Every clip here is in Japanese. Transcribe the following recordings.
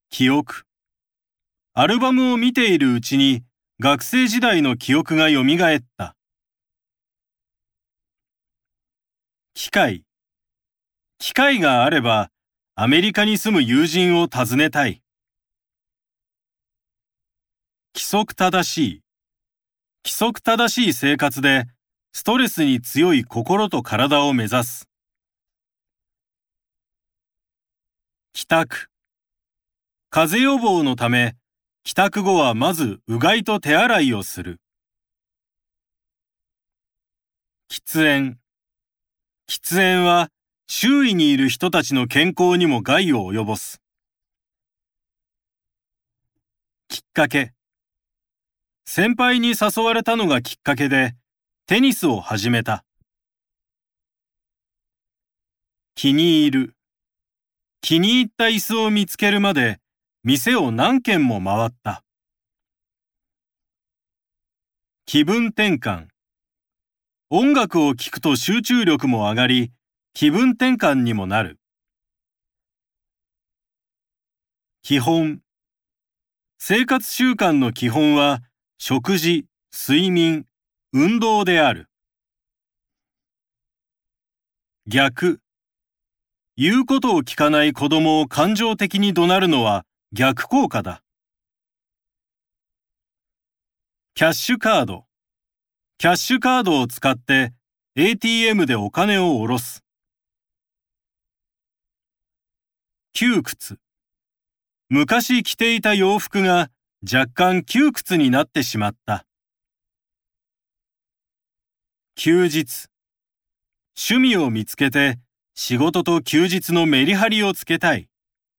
記憶。アルバムを見ているうちに学生時代の記憶がよみがえった。機会。機会があればアメリカに住む友人を訪ねたい。規則正しい。規則正しい生活でストレスに強い心と体を目指す。帰宅。風邪予防のため、帰宅後はまずうがいと手洗いをする。喫煙。喫煙は周囲にいる人たちの健康にも害を及ぼす。きっかけ。先輩に誘われたのがきっかけで、テニスを始めた。気に入る。気に入った椅子を見つけるまで、店を何軒も回った。気分転換。音楽を聴くと集中力も上がり、気分転換にもなる。基本。生活習慣の基本は、食事、睡眠、運動である。逆。言うことを聞かない子供を感情的に怒鳴るのは逆効果だ。キャッシュカード。キャッシュカードを使って ATM でお金を下ろす。窮屈。昔着ていた洋服が若干窮屈になってしまった。休日。趣味を見つけて仕事と休日のメリハリをつけたい。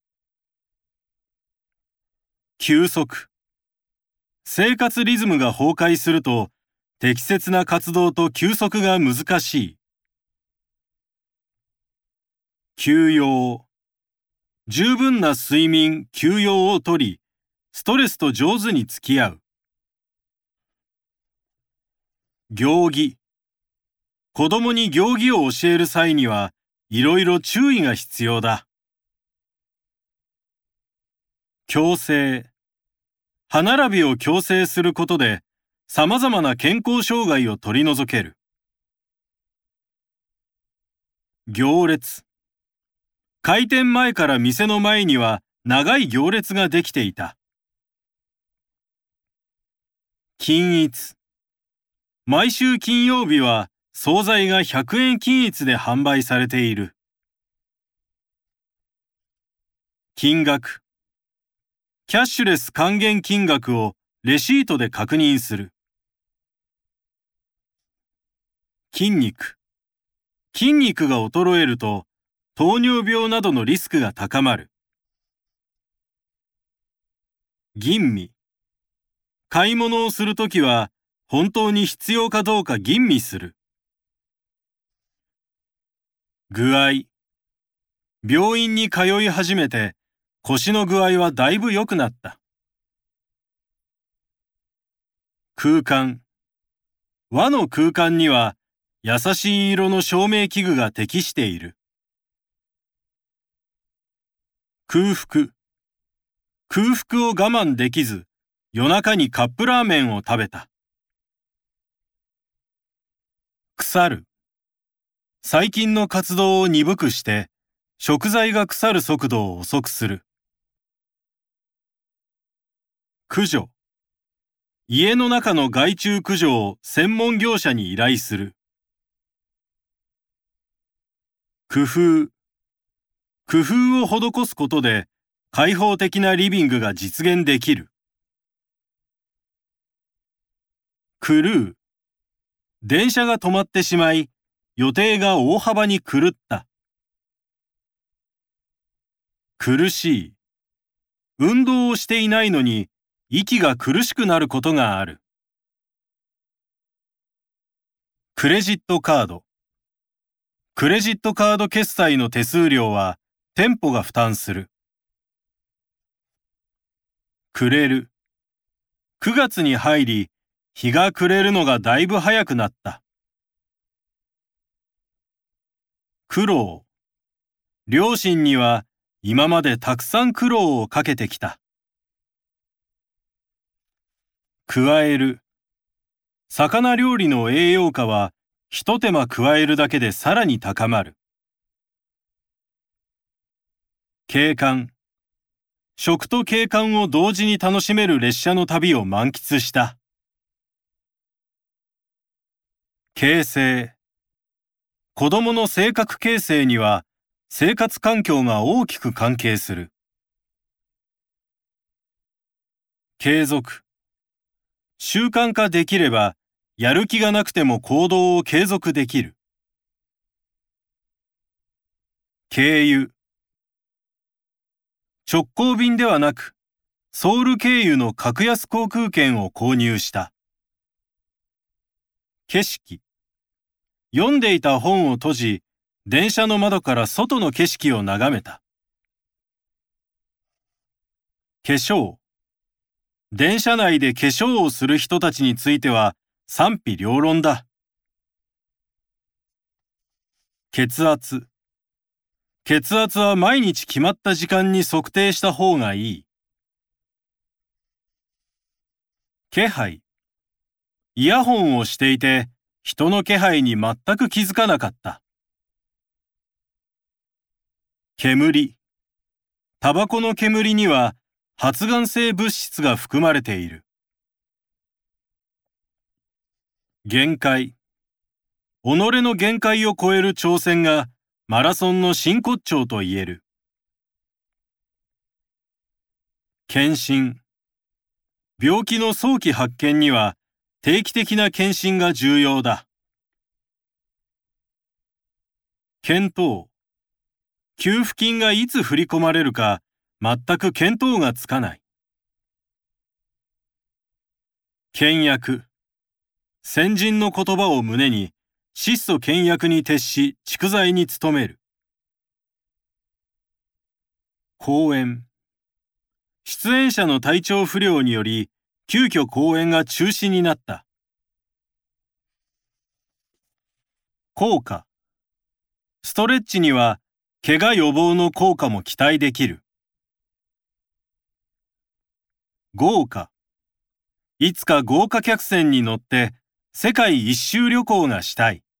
休息。生活リズムが崩壊すると適切な活動と休息が難しい。休養。十分な睡眠・休養をとり、ストレスと上手に付き合う。行儀。子供に行儀を教える際には、いろいろ注意が必要だ。矯正。歯並びを矯正することで、様々な健康障害を取り除ける。行列。開店前から店の前には長い行列ができていた。均一。毎週金曜日は惣菜が100円均一で販売されている。金額。キャッシュレス還元金額をレシートで確認する。筋肉。筋肉が衰えると糖尿病などのリスクが高まる。吟味。買い物をするときは本当に必要かどうか吟味する。具合。病院に通い始めて腰の具合はだいぶ良くなった。空間。和の空間には優しい色の照明器具が適している。空腹。空腹を我慢できず、夜中にカップラーメンを食べた。腐る。細菌の活動を鈍くして、食材が腐る速度を遅くする。駆除。家の中の害虫駆除を専門業者に依頼する。工夫。工夫を施すことで開放的なリビングが実現できる。狂う。電車が止まってしまい、予定が大幅に狂った。苦しい。運動をしていないのに息が苦しくなることがある。クレジットカード。クレジットカード決済の手数料は店舗が負担する。暮れる。9月に入り、日が暮れるのがだいぶ早くなった。苦労。両親には今までたくさん苦労をかけてきた。加える。魚料理の栄養価は、ひと手間加えるだけでさらに高まる。景観。食と景観を同時に楽しめる列車の旅を満喫した。形成。子供の性格形成には、生活環境が大きく関係する。継続。習慣化できれば、やる気がなくても行動を継続できる。経由。直行便ではなく、ソウル経由の格安航空券を購入した。景色。読んでいた本を閉じ、電車の窓から外の景色を眺めた。化粧。電車内で化粧をする人たちについては賛否両論だ。血圧。血圧は毎日決まった時間に測定した方がいい。気配。イヤホンをしていて、人の気配に全く気づかなかった。煙。タバコの煙には発がん性物質が含まれている。限界。己の限界を超える挑戦がマラソンの真骨頂と言える。検診。病気の早期発見には定期的な検診が重要だ。検討。給付金がいつ振り込まれるか全く見当がつかない。倹約。先人の言葉を胸に質素倹約に徹し蓄財に努める。公演。出演者の体調不良により急遽公演が中止になった。効果。ストレッチには怪我予防の効果も期待できる。豪華。いつか豪華客船に乗って世界一周旅行がしたい。